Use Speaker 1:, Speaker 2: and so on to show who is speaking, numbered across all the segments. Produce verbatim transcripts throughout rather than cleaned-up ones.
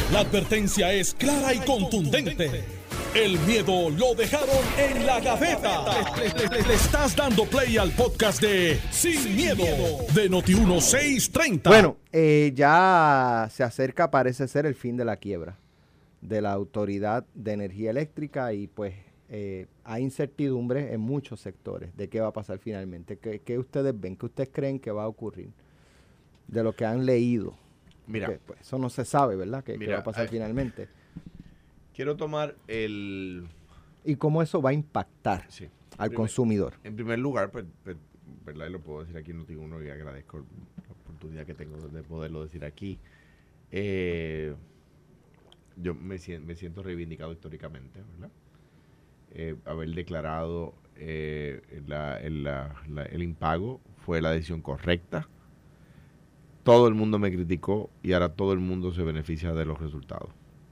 Speaker 1: La advertencia es clara y contundente. El miedo lo dejaron en la gaveta. Le, le- le- le estás dando play al podcast de Sin, Miedo, de Noti uno seiscientos treinta.
Speaker 2: Bueno, eh, ya se acerca, parece ser, el fin de la quiebra de la Autoridad de Energía Eléctrica y pues eh, hay incertidumbre en muchos sectores de qué va a pasar finalmente. ¿Qué, qué ustedes ven? ¿Qué ustedes creen que va a ocurrir? De lo que han leído.
Speaker 3: Mira,
Speaker 2: Porque, pues, eso no se sabe, ¿verdad? ¿Qué,
Speaker 3: mira,
Speaker 2: qué va a pasar
Speaker 3: eh,
Speaker 2: finalmente?
Speaker 3: quiero tomar el...
Speaker 2: Y cómo eso va a impactar
Speaker 3: Sí.
Speaker 2: al
Speaker 3: Primer-
Speaker 2: consumidor.
Speaker 3: En primer lugar, pues, pues, ¿verdad? Y lo puedo decir aquí en Noti uno y agradezco la oportunidad que tengo de poderlo decir aquí. Eh, yo me siento, me siento reivindicado históricamente, ¿verdad? Eh, haber declarado eh, la- el, la- la- el impago fue la decisión correcta. Todo el mundo me criticó y ahora todo el mundo se beneficia de los resultados,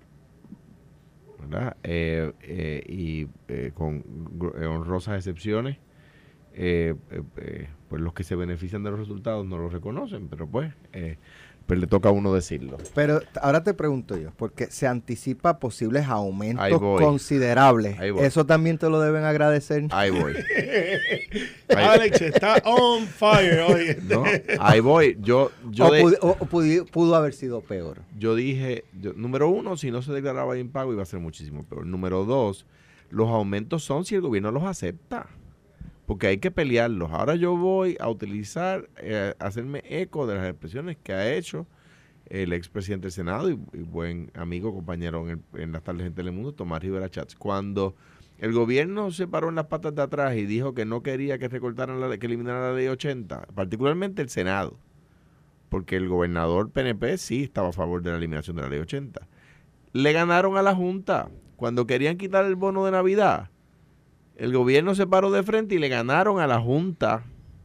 Speaker 3: ¿verdad? Eh, eh, y eh, con gr- eh, honrosas excepciones, eh, eh, eh, pues los que se benefician de los resultados no los reconocen, pero pues, eh, pues le toca a uno decirlo.
Speaker 2: Pero t- ahora te pregunto yo, porque se anticipa posibles
Speaker 3: Ahí
Speaker 2: aumentos
Speaker 3: voy.
Speaker 2: considerables.
Speaker 3: Ahí voy.
Speaker 2: ¿Eso también te lo deben agradecer?
Speaker 3: Ahí voy. Ahí,
Speaker 4: Alex está on fire hoy.
Speaker 3: ¿no? Ahí voy. Yo, yo,
Speaker 2: ¿O,
Speaker 3: de-
Speaker 2: pudi- o- o pudi- pudo haber sido peor?
Speaker 3: yo dije, yo- número uno, si no se declaraba impago iba a ser muchísimo peor. Número dos, los aumentos son si el gobierno los acepta, porque hay que pelearlos. Ahora yo voy a utilizar, eh, hacerme eco de las expresiones que ha hecho el expresidente del Senado y, y buen amigo, compañero en, el- en las tardes en Telemundo, Tomás Rivera Chats. Cuando el gobierno se paró en las patas de atrás y dijo que no quería que recortaran la ley- que eliminaran la ley ochenta, particularmente el Senado, porque el gobernador P N P sí estaba a favor de la eliminación de la ley ochenta. Le ganaron a la Junta. Cuando querían quitar el bono de Navidad, el gobierno se paró de frente y le ganaron a la Junta.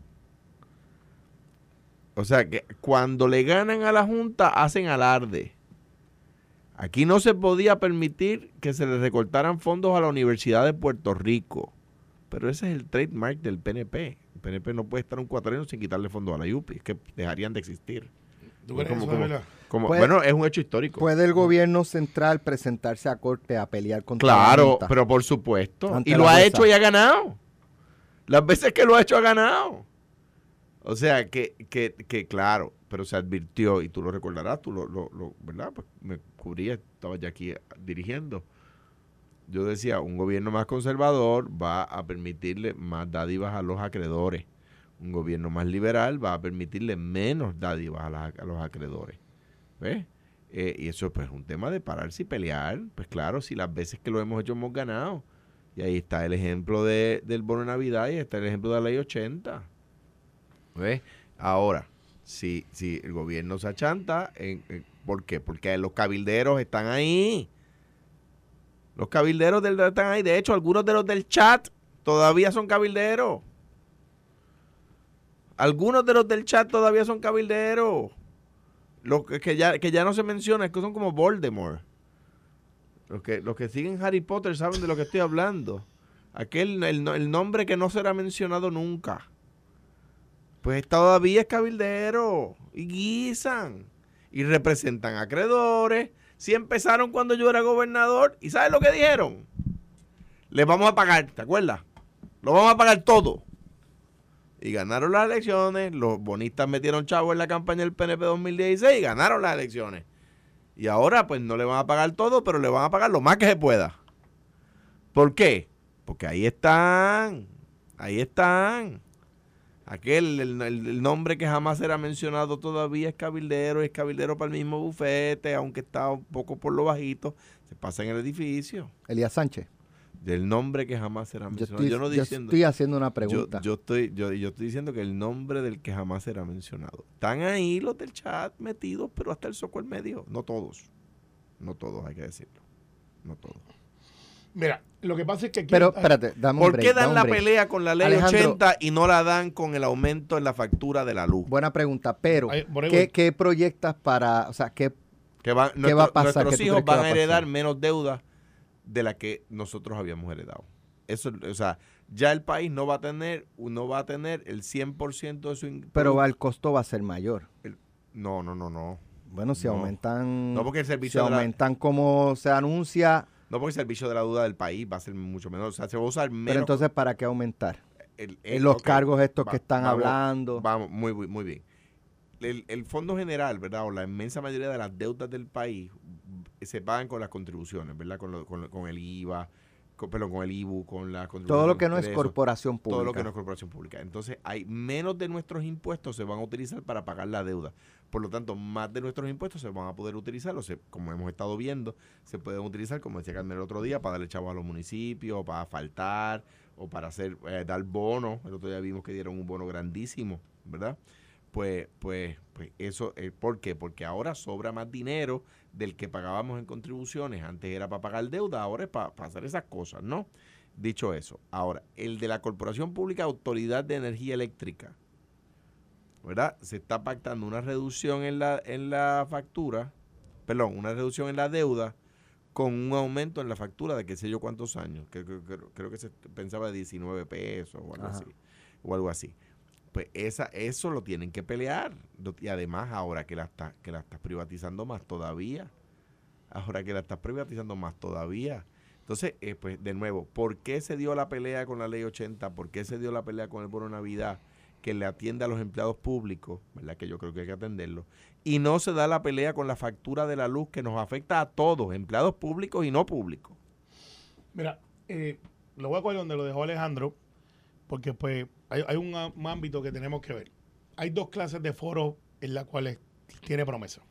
Speaker 3: O sea que cuando le ganan a la Junta, hacen alarde. Aquí no se podía permitir que se le recortaran fondos a la Universidad de Puerto Rico. Pero ese es el trademark del P N P. El P N P no puede estar un cuatrienio sin quitarle fondos a la U P I. Es que dejarían de existir.
Speaker 4: ¿Tú crees
Speaker 3: Como-
Speaker 4: eso de
Speaker 3: como-
Speaker 4: verdad?
Speaker 3: como-
Speaker 2: Puede-
Speaker 3: bueno, es un hecho histórico.
Speaker 2: ¿Puede el gobierno central presentarse a corte a pelear contra la
Speaker 3: Claro,
Speaker 2: Junta?
Speaker 3: pero por supuesto.
Speaker 2: Ante
Speaker 3: Y
Speaker 2: la
Speaker 3: lo ha
Speaker 2: jueza.
Speaker 3: hecho y ha ganado. Las veces que lo ha hecho ha ganado. O sea, que, que, que claro, pero se advirtió, y tú lo recordarás, tú lo, lo, lo- ¿verdad? Pues me cubría, estaba ya aquí dirigiendo. Yo decía, un gobierno más conservador va a permitirle más dádivas a los acreedores. Un gobierno más liberal va a permitirle menos dádivas a, las- a los acreedores. ¿Ves? Eh, y eso pues, es un tema de pararse y pelear. Pues claro, si las veces que lo hemos hecho hemos ganado. Y ahí está el ejemplo de, del bono de Navidad y está el ejemplo de la ley ochenta. ¿Ves? Ahora, si, si el gobierno se achanta, en, en- ¿por qué? Porque los cabilderos están ahí. Los cabilderos del, están ahí. De hecho, algunos de los del chat todavía son cabilderos. Algunos de los del chat todavía son cabilderos. Los que, que ya, que ya no se menciona, es que son como Voldemort. Los que, los que siguen Harry Potter saben de lo que estoy hablando. Aquel, el, el nombre que no será mencionado nunca. Pues todavía es cabildero. Y guisan. Y representan acreedores. Sí empezaron cuando yo era gobernador. ¿Y sabes lo que dijeron? Les vamos a pagar, ¿te acuerdas? Lo vamos a pagar todo. Y ganaron las elecciones. Los bonistas metieron chavos en la campaña del P N P dos mil dieciséis y ganaron las elecciones. Y ahora pues no le van a pagar todo, pero le van a pagar lo más que se pueda. ¿Por qué? Porque ahí están. Ahí están. Aquel, el, el- el nombre que jamás será mencionado todavía es cabildero, es cabildero para el mismo bufete, aunque está un poco por lo bajito, se pasa en el edificio.
Speaker 2: Elías Sánchez.
Speaker 3: Del nombre que jamás será
Speaker 2: Yo
Speaker 3: mencionado.
Speaker 2: estoy,
Speaker 3: Yo, no
Speaker 2: yo
Speaker 3: diciendo,
Speaker 2: estoy haciendo una
Speaker 3: yo,
Speaker 2: pregunta.
Speaker 3: yo estoy, yo, yo estoy diciendo que el nombre del que jamás será mencionado. Están ahí los del chat metidos, pero hasta el soco en medio. No todos. No todos, hay que decirlo. No todos.
Speaker 4: Mira, lo que pasa es que aquí...
Speaker 2: Pero espérate, dame un
Speaker 3: ¿Por
Speaker 2: break,
Speaker 3: qué
Speaker 2: dame
Speaker 3: dan
Speaker 2: un
Speaker 3: la
Speaker 2: break.
Speaker 3: pelea con la ley
Speaker 2: Alejandro,
Speaker 3: ochenta y no la dan con el aumento en la factura de la luz?
Speaker 2: Buena pregunta, pero
Speaker 4: Ahí, por ahí
Speaker 2: ¿qué,
Speaker 4: voy.
Speaker 2: qué proyectas para, o sea, qué,
Speaker 3: Que van,
Speaker 2: ¿Qué va a pasar?
Speaker 3: Nuestros
Speaker 2: ¿Qué tú
Speaker 3: hijos
Speaker 2: crees que
Speaker 3: van
Speaker 2: va a
Speaker 3: a heredar
Speaker 2: pasar?
Speaker 3: menos deuda de la que nosotros habíamos heredado. Eso, o sea, ya el país no va a tener, no va a tener el cien por ciento de su... in-
Speaker 2: pero va, el costo va a ser mayor?
Speaker 3: No, no, no, no.
Speaker 2: Bueno, si
Speaker 3: No.
Speaker 2: aumentan,
Speaker 3: No, porque el
Speaker 2: si
Speaker 3: servicio de la-
Speaker 2: aumentan como se anuncia,
Speaker 3: No, porque el servicio de la deuda del país va a ser mucho menor. O sea, se va a usar menos.
Speaker 2: pero entonces ¿para qué aumentar?
Speaker 3: el- el-
Speaker 2: En los
Speaker 3: ok,
Speaker 2: cargos estos
Speaker 3: va-
Speaker 2: que están
Speaker 3: vamos,
Speaker 2: hablando.
Speaker 3: Vamos, muy, muy, muy bien. El, el Fondo General, ¿verdad? O la inmensa mayoría de las deudas del país se pagan con las contribuciones, ¿verdad? Con, lo- con, lo- con el I V A, con, perdón, con el I B U, con las contribuciones.
Speaker 2: Todo lo que no
Speaker 3: de
Speaker 2: es
Speaker 3: ingresos,
Speaker 2: corporación pública.
Speaker 3: Todo lo que no es corporación pública. Entonces, hay menos de nuestros impuestos se van a utilizar para pagar la deuda. Por lo tanto, más de nuestros impuestos se van a poder utilizar, o se, como hemos estado viendo, se pueden utilizar, como decía Carmen el otro día, para darle chavos a los municipios, para faltar, o para hacer eh, dar bonos. El otro día vimos que dieron un bono grandísimo, ¿verdad? Pues, pues, pues eso, eh, ¿por qué? Porque ahora sobra más dinero del que pagábamos en contribuciones. Antes era para pagar deuda, ahora es para, para hacer esas cosas, ¿no? Dicho eso, ahora, el de la Corporación Pública Autoridad de Energía Eléctrica, ¿verdad? Se está pactando una reducción en la, en la factura, perdón, una reducción en la deuda con un aumento en la factura de qué sé yo cuántos años, que, que- que- creo que se pensaba de diecinueve pesos o algo
Speaker 2: Ajá.
Speaker 3: así, o algo así. Pues esa, eso lo tienen que pelear. Lo- Y además ahora que la, está, que la estás privatizando más todavía, ahora que la estás privatizando más todavía. Entonces, eh, pues de nuevo, ¿por qué se dio la pelea con la ley ochenta? ¿Por qué se dio la pelea con el bono Navidad? Que le atiende a los empleados públicos, ¿verdad? Que yo creo que hay que atenderlo. Y no se da la pelea con la factura de la luz que nos afecta a todos, empleados públicos y no públicos.
Speaker 4: Mira, eh, lo voy a coger donde lo dejó Alejandro, porque pues hay, hay un, á- un ámbito que tenemos que ver. Hay dos clases de foros en las cuales tiene promesa.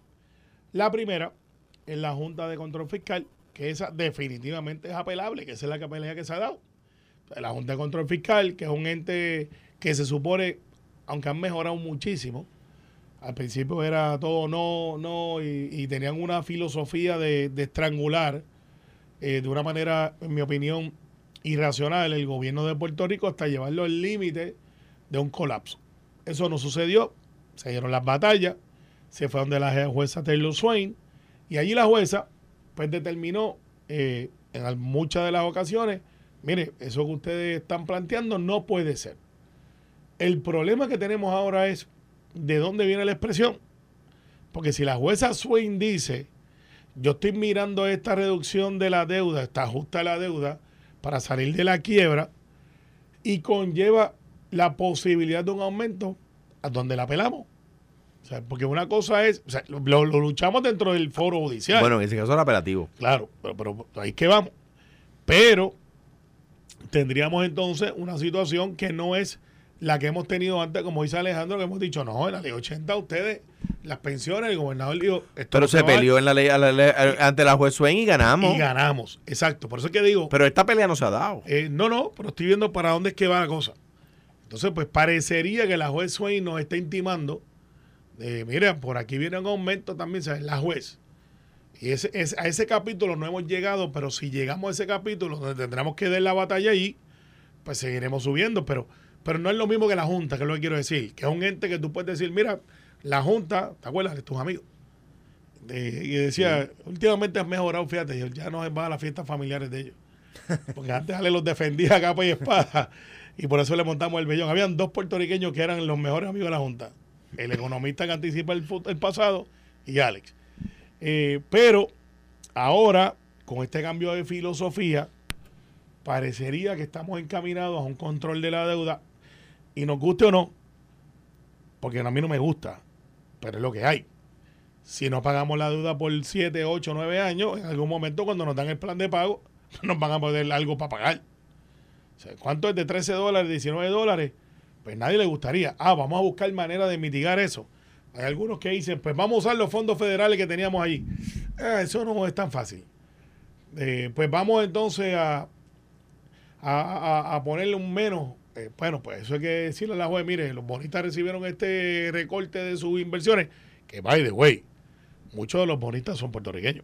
Speaker 4: La primera es la Junta de Control Fiscal, que esa definitivamente es apelable, que esa es la que pelea que se ha dado. La Junta de Control Fiscal, que es un ente que se supone, aunque han mejorado muchísimo, al principio era todo no, no, y, y tenían una filosofía de, de estrangular eh, de una manera, en mi opinión, irracional el gobierno de Puerto Rico hasta llevarlo al límite de un colapso. Eso no sucedió, se dieron las batallas, se fue donde la jueza Taylor Swain, y allí la jueza pues determinó eh, en muchas de las ocasiones, mire, eso que ustedes están planteando no puede ser. El problema que tenemos ahora es de dónde viene la expresión. Porque si la jueza Swain dice, yo estoy mirando esta reducción de la deuda, esta ajuste a la deuda para salir de la quiebra y conlleva la posibilidad de un aumento, ¿a dónde la apelamos? O sea, porque una cosa es, o sea, lo, lo luchamos dentro del foro judicial.
Speaker 3: Bueno, en ese caso era apelativo.
Speaker 4: Claro, pero, pero ahí es que vamos. Pero tendríamos entonces una situación que no es la que hemos tenido antes, como dice Alejandro, que hemos dicho, no, en la ley ochenta ustedes, las pensiones, el gobernador dijo... Esto
Speaker 3: Pero
Speaker 4: no
Speaker 3: se
Speaker 4: va a-
Speaker 3: peleó en la ley, a la ley- a- ante la juez Swain y ganamos.
Speaker 4: Y ganamos, exacto. Por eso es que digo,
Speaker 3: Pero esta pelea no se ha dado.
Speaker 4: eh, no, no, pero estoy viendo para dónde es que va la cosa. Entonces, pues parecería que la juez Swain nos está intimando, de, miren, por aquí viene un aumento también, ¿sabes? La juez. Y ese, ese- a ese capítulo no hemos llegado, pero si llegamos a ese capítulo donde tendremos que dar la batalla allí, pues seguiremos subiendo, pero, pero no es lo mismo que la Junta, que es lo que quiero decir, que es un ente que tú puedes decir, mira, la Junta, ¿te acuerdas de tus amigos? De- y decía, últimamente has mejorado, fíjate, ya no van a las fiestas familiares de ellos. Porque antes Ale los defendía a capa y espada, y por eso le montamos el vellón. Habían dos puertorriqueños que eran los mejores amigos de la Junta, el economista que anticipa el, fut- el pasado y Alex. Eh, pero ahora, con este cambio de filosofía, parecería que estamos encaminados a un control de la deuda, y nos guste o no, porque a mí no me gusta, pero es lo que hay. Si no pagamos la deuda por siete, ocho, nueve años, en algún momento cuando nos dan el plan de pago, nos van a poner algo para pagar. O sea, ¿cuánto es de trece dólares, diecinueve dólares? Pues nadie le gustaría. Ah, vamos a buscar manera de mitigar eso. Hay algunos que dicen, pues vamos a usar los fondos federales que teníamos allí. Ah, eso no es tan fácil. Eh, pues vamos entonces a, a, a- a ponerle un menos. Eh, bueno, pues eso hay que decirle a la juez, mire, los bonistas recibieron este recorte de sus inversiones, que by the way, muchos de los bonistas son puertorriqueños.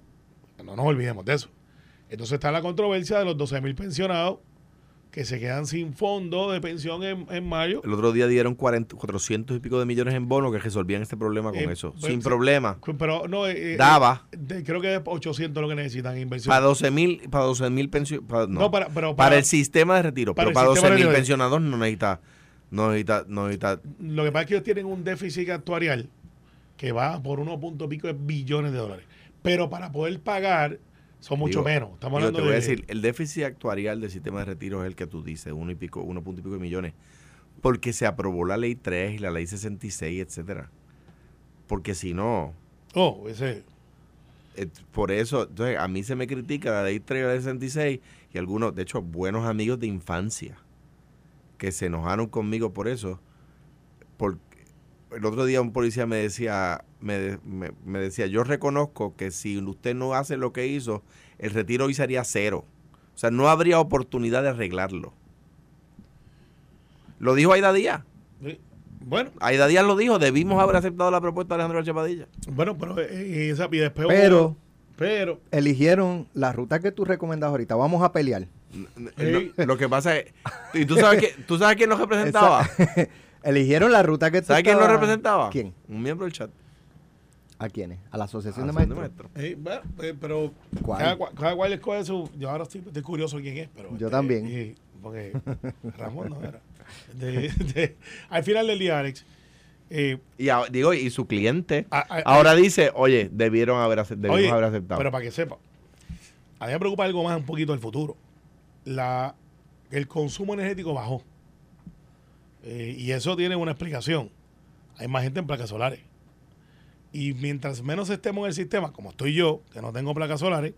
Speaker 4: No nos olvidemos de eso. Entonces está la controversia de los doce mil pensionados que se quedan sin fondo de pensión en, en mayo.
Speaker 3: El otro día dieron cuarenta, cuatrocientos y pico de millones en bonos que resolvían este problema con
Speaker 4: Eh,
Speaker 3: eso.
Speaker 4: pues,
Speaker 3: Sin
Speaker 4: sí.
Speaker 3: problema.
Speaker 4: Pero no, eh, eh,
Speaker 3: Daba.
Speaker 4: de- creo que es ochocientos lo que necesitan en inversión.
Speaker 3: Para doce mil, para doce mil pensiones. No,
Speaker 4: No, para- pero
Speaker 3: para
Speaker 4: para-
Speaker 3: el sistema de retiro.
Speaker 4: para
Speaker 3: Pero
Speaker 4: el
Speaker 3: para
Speaker 4: sistema
Speaker 3: doce
Speaker 4: de
Speaker 3: mil
Speaker 4: retiro.
Speaker 3: pensionados no necesita, no necesita, no necesita.
Speaker 4: Lo que pasa es que ellos tienen un déficit actuarial que va por unos punto pico de billones de dólares. Pero para poder pagar son mucho
Speaker 3: Digo,
Speaker 4: menos. Estamos
Speaker 3: digo,
Speaker 4: hablando
Speaker 3: te voy
Speaker 4: de...
Speaker 3: a decir, el déficit actuarial del sistema de retiro es el que tú dices, uno y pico, uno punto y pico de millones. Porque se aprobó la ley tres y la ley sesenta y seis, etcétera. Porque si no...
Speaker 4: Oh, ese...
Speaker 3: Eh, por eso, entonces a mí se me critica la ley tres y la ley sesenta y seis y algunos, de hecho, buenos amigos de infancia que se enojaron conmigo por eso. Porque el otro día un policía me decía, me, me, me decía, yo reconozco que si usted no hace lo que hizo, el retiro hoy sería cero. O sea, no habría oportunidad de arreglarlo. Lo dijo Aida Díaz.
Speaker 4: Bueno.
Speaker 3: Aida Díaz lo dijo, debimos haber aceptado la propuesta de Alejandro Chapadilla.
Speaker 4: Bueno, pero eh, esa, y después
Speaker 2: Pero,
Speaker 4: hubo, pero
Speaker 2: eligieron la ruta que tú recomendas ahorita. Vamos a pelear.
Speaker 3: Hey. Lo, lo que pasa es, ¿y tú sabes, que, ¿tú sabes quién nos representaba?
Speaker 2: Esa, eligieron la ruta que tú
Speaker 3: ¿Sabes quién
Speaker 2: estaba...
Speaker 3: nos representaba?
Speaker 2: ¿Quién?
Speaker 3: Un miembro del chat.
Speaker 2: ¿A quiénes? A la Asociación
Speaker 3: Ah,
Speaker 2: de
Speaker 3: son
Speaker 2: Maestros.
Speaker 4: Eh, bueno, eh, pero
Speaker 2: ¿Cuál?
Speaker 4: cada, cua- cada cual escoge su... Yo ahora estoy, estoy curioso quién es, pero...
Speaker 2: Yo
Speaker 4: este,
Speaker 2: también.
Speaker 4: eh, porque Ramón no era. De- de- al final del día, Alex, eh,
Speaker 3: Y a- digo, y su cliente
Speaker 4: a- a-
Speaker 3: ahora dice, oye, debieron haber, ace- debimos
Speaker 4: oye,
Speaker 3: haber aceptado.
Speaker 4: pero para que sepa, a mí me preocupa algo más un poquito el futuro. La, el consumo energético bajó. Eh, y eso tiene una explicación. Hay más gente en placas solares. Y mientras menos estemos en el sistema, como estoy yo, que no tengo placas solares,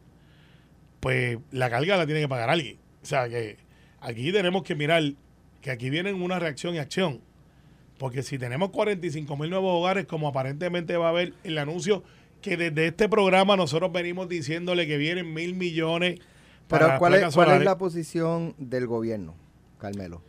Speaker 4: pues la carga la tiene que pagar alguien. O sea que aquí tenemos que mirar que aquí viene una reacción y acción. Porque si tenemos cuarenta y cinco mil nuevos hogares, como aparentemente va a haber el anuncio, que desde este programa nosotros venimos diciéndole que vienen mil millones para
Speaker 2: Pero ¿cuál es,
Speaker 4: placas
Speaker 2: ¿cuál es
Speaker 4: solares
Speaker 2: la posición del gobierno, Carmelo?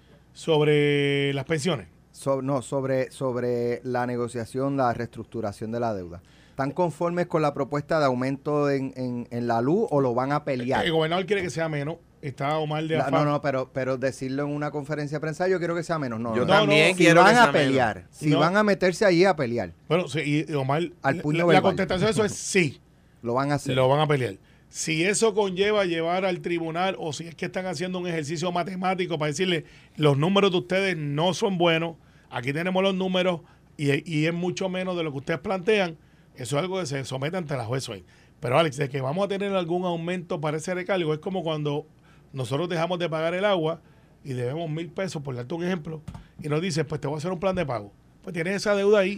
Speaker 4: sobre las pensiones.
Speaker 2: So- no, sobre, sobre la negociación, la reestructuración de la deuda. ¿Están conformes con la propuesta de aumento en, en, en la luz o lo van a pelear?
Speaker 4: El gobernador quiere que sea menos. Está Omar de
Speaker 2: La-
Speaker 4: Afán.
Speaker 2: no, no, pero, pero decirlo en una conferencia de prensa, yo quiero que sea menos. No,
Speaker 3: Yo
Speaker 2: no.
Speaker 3: también
Speaker 4: no,
Speaker 2: Si
Speaker 3: quiero
Speaker 2: van
Speaker 3: que sea
Speaker 2: a pelear,
Speaker 3: menos.
Speaker 2: si
Speaker 4: No.
Speaker 2: van a meterse allí a pelear,
Speaker 4: Bueno, sí, y y Omar,
Speaker 2: Al
Speaker 4: la-
Speaker 2: puño
Speaker 4: la,
Speaker 2: verbal.
Speaker 4: contestación de eso es sí,
Speaker 2: lo van a hacer.
Speaker 4: lo van a pelear. Si eso conlleva llevar al tribunal o si es que están haciendo un ejercicio matemático para decirle los números de ustedes no son buenos, aquí tenemos los números y, y es mucho menos de lo que ustedes plantean, eso es algo que se somete ante la juez hoy. Pero Alex, de que vamos a tener algún aumento para ese recargo, es como cuando nosotros dejamos de pagar el agua y debemos mil pesos, por darte un ejemplo, y nos dice, pues te voy a hacer un plan de pago. Pues tienes esa deuda ahí.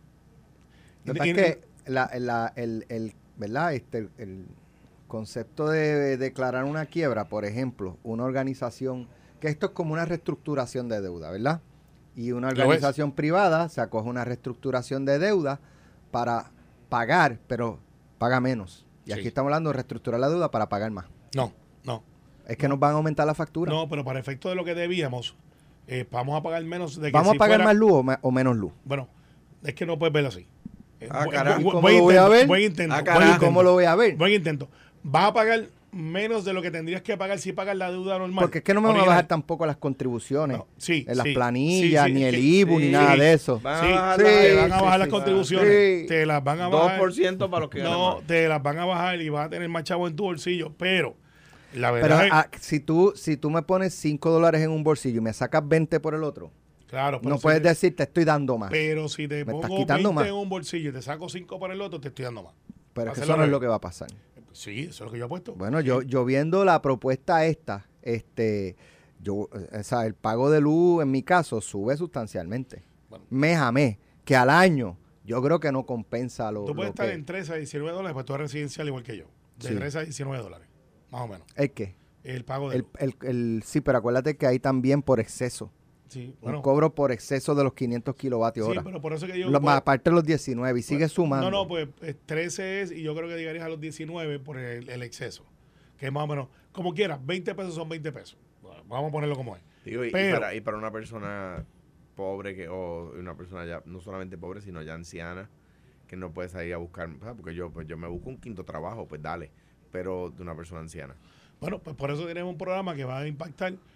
Speaker 2: Lo que
Speaker 4: Y-
Speaker 2: pasa
Speaker 4: y-
Speaker 2: es que la, la- el, el, ¿verdad? Este, el concepto de declarar una quiebra, por ejemplo, una organización, que esto es como una reestructuración de deuda, ¿verdad? Y una
Speaker 4: Lo es.
Speaker 2: organización privada se acoge una reestructuración de deuda para pagar, pero paga menos. Y
Speaker 4: Sí.
Speaker 2: aquí estamos hablando de reestructurar la deuda para pagar más.
Speaker 4: No, no.
Speaker 2: Es que nos van a aumentar la factura.
Speaker 4: No, pero para efecto de lo que debíamos, eh, vamos a pagar menos de que
Speaker 2: ¿Vamos
Speaker 4: si
Speaker 2: a pagar
Speaker 4: fuera-
Speaker 2: más luz o, me- o menos luz?
Speaker 4: Bueno, es que no puedes verlo así. Eh,
Speaker 3: Ah,
Speaker 4: bu-
Speaker 3: carajo.
Speaker 4: bu-
Speaker 2: ¿Y
Speaker 4: bu-
Speaker 2: cómo
Speaker 4: buen
Speaker 2: lo voy a
Speaker 4: intento,
Speaker 2: ver?
Speaker 4: Buen intento.
Speaker 3: Ah,
Speaker 4: buen
Speaker 3: carajo.
Speaker 2: ¿Y
Speaker 4: intento,
Speaker 2: cómo lo voy a ver?
Speaker 4: Buen intento. Vas a pagar menos de lo que tendrías que pagar si pagas la deuda normal.
Speaker 2: Porque es que no me van a
Speaker 4: Original.
Speaker 2: bajar tampoco las contribuciones
Speaker 4: No, sí,
Speaker 2: en las
Speaker 4: sí,
Speaker 2: planillas,
Speaker 4: sí, sí,
Speaker 2: ni el
Speaker 4: sí,
Speaker 2: I B U,
Speaker 3: sí,
Speaker 2: ni nada
Speaker 4: sí.
Speaker 2: de eso.
Speaker 3: Van a
Speaker 4: Sí,
Speaker 3: bajar
Speaker 2: sí,
Speaker 3: la-
Speaker 4: te van a
Speaker 2: sí,
Speaker 4: bajar
Speaker 2: sí,
Speaker 4: las
Speaker 2: sí.
Speaker 4: contribuciones.
Speaker 2: Sí.
Speaker 4: Te las van a
Speaker 3: dos
Speaker 4: bajar.
Speaker 3: por ciento para los que ganan
Speaker 4: No,
Speaker 3: más.
Speaker 4: te las van a bajar y vas a tener más chavo en tu bolsillo. Pero la
Speaker 2: Pero
Speaker 4: verdad es...
Speaker 2: ah, si tú si tú me pones cinco dólares en un bolsillo y me sacas veinte por el otro,
Speaker 4: claro, pero
Speaker 2: no
Speaker 4: si
Speaker 2: puedes
Speaker 4: te-
Speaker 2: decir te estoy dando más.
Speaker 4: Pero si te
Speaker 2: Me estás
Speaker 4: pongo
Speaker 2: quitando
Speaker 4: veinte
Speaker 2: más.
Speaker 4: en un bolsillo y te saco cinco por el otro, te estoy dando más.
Speaker 2: Pero es que
Speaker 4: hacerlo
Speaker 2: eso no es
Speaker 4: al
Speaker 2: lo
Speaker 4: revés.
Speaker 2: que va a pasar.
Speaker 4: Sí, eso es lo que yo he puesto.
Speaker 2: Bueno, yo, yo viendo la propuesta esta, este, yo, eh, o sea, el pago de luz en mi caso sube sustancialmente.
Speaker 4: Bueno.
Speaker 2: Mes a mes, que al año yo creo que no compensa lo,
Speaker 4: Tú puedes
Speaker 2: lo
Speaker 4: estar
Speaker 2: que-
Speaker 4: en trece a diecinueve dólares, pues tú eres residencial igual que yo. De
Speaker 2: Sí.
Speaker 4: trece a diecinueve dólares, más o menos.
Speaker 2: ¿El qué?
Speaker 4: El pago de...
Speaker 2: El, el, el- sí, pero acuérdate que hay también por exceso.
Speaker 4: sí,
Speaker 2: Un
Speaker 4: bueno.
Speaker 2: cobro por exceso de los quinientos kilovatios
Speaker 4: Sí,
Speaker 2: hora.
Speaker 4: pero por eso que yo...
Speaker 2: Lo-
Speaker 4: pues,
Speaker 2: aparte de los diecinueve y sigue sumando.
Speaker 4: No, no, pues eh, trece es, y yo creo que llegarías a los diecinueve por el, el exceso. Que es más o menos, como quieras, veinte pesos son veinte pesos. Bueno, vamos a ponerlo como es.
Speaker 3: Digo, y, y
Speaker 4: Pero-
Speaker 3: para, y para una persona pobre, que o una persona ya, no solamente pobre, sino ya anciana, que no puede salir a buscar, ¿sabes? Porque yo, pues yo me busco un quinto trabajo, pues dale, pero de una persona anciana.
Speaker 4: Bueno, pues por eso tenemos un programa que va a impactar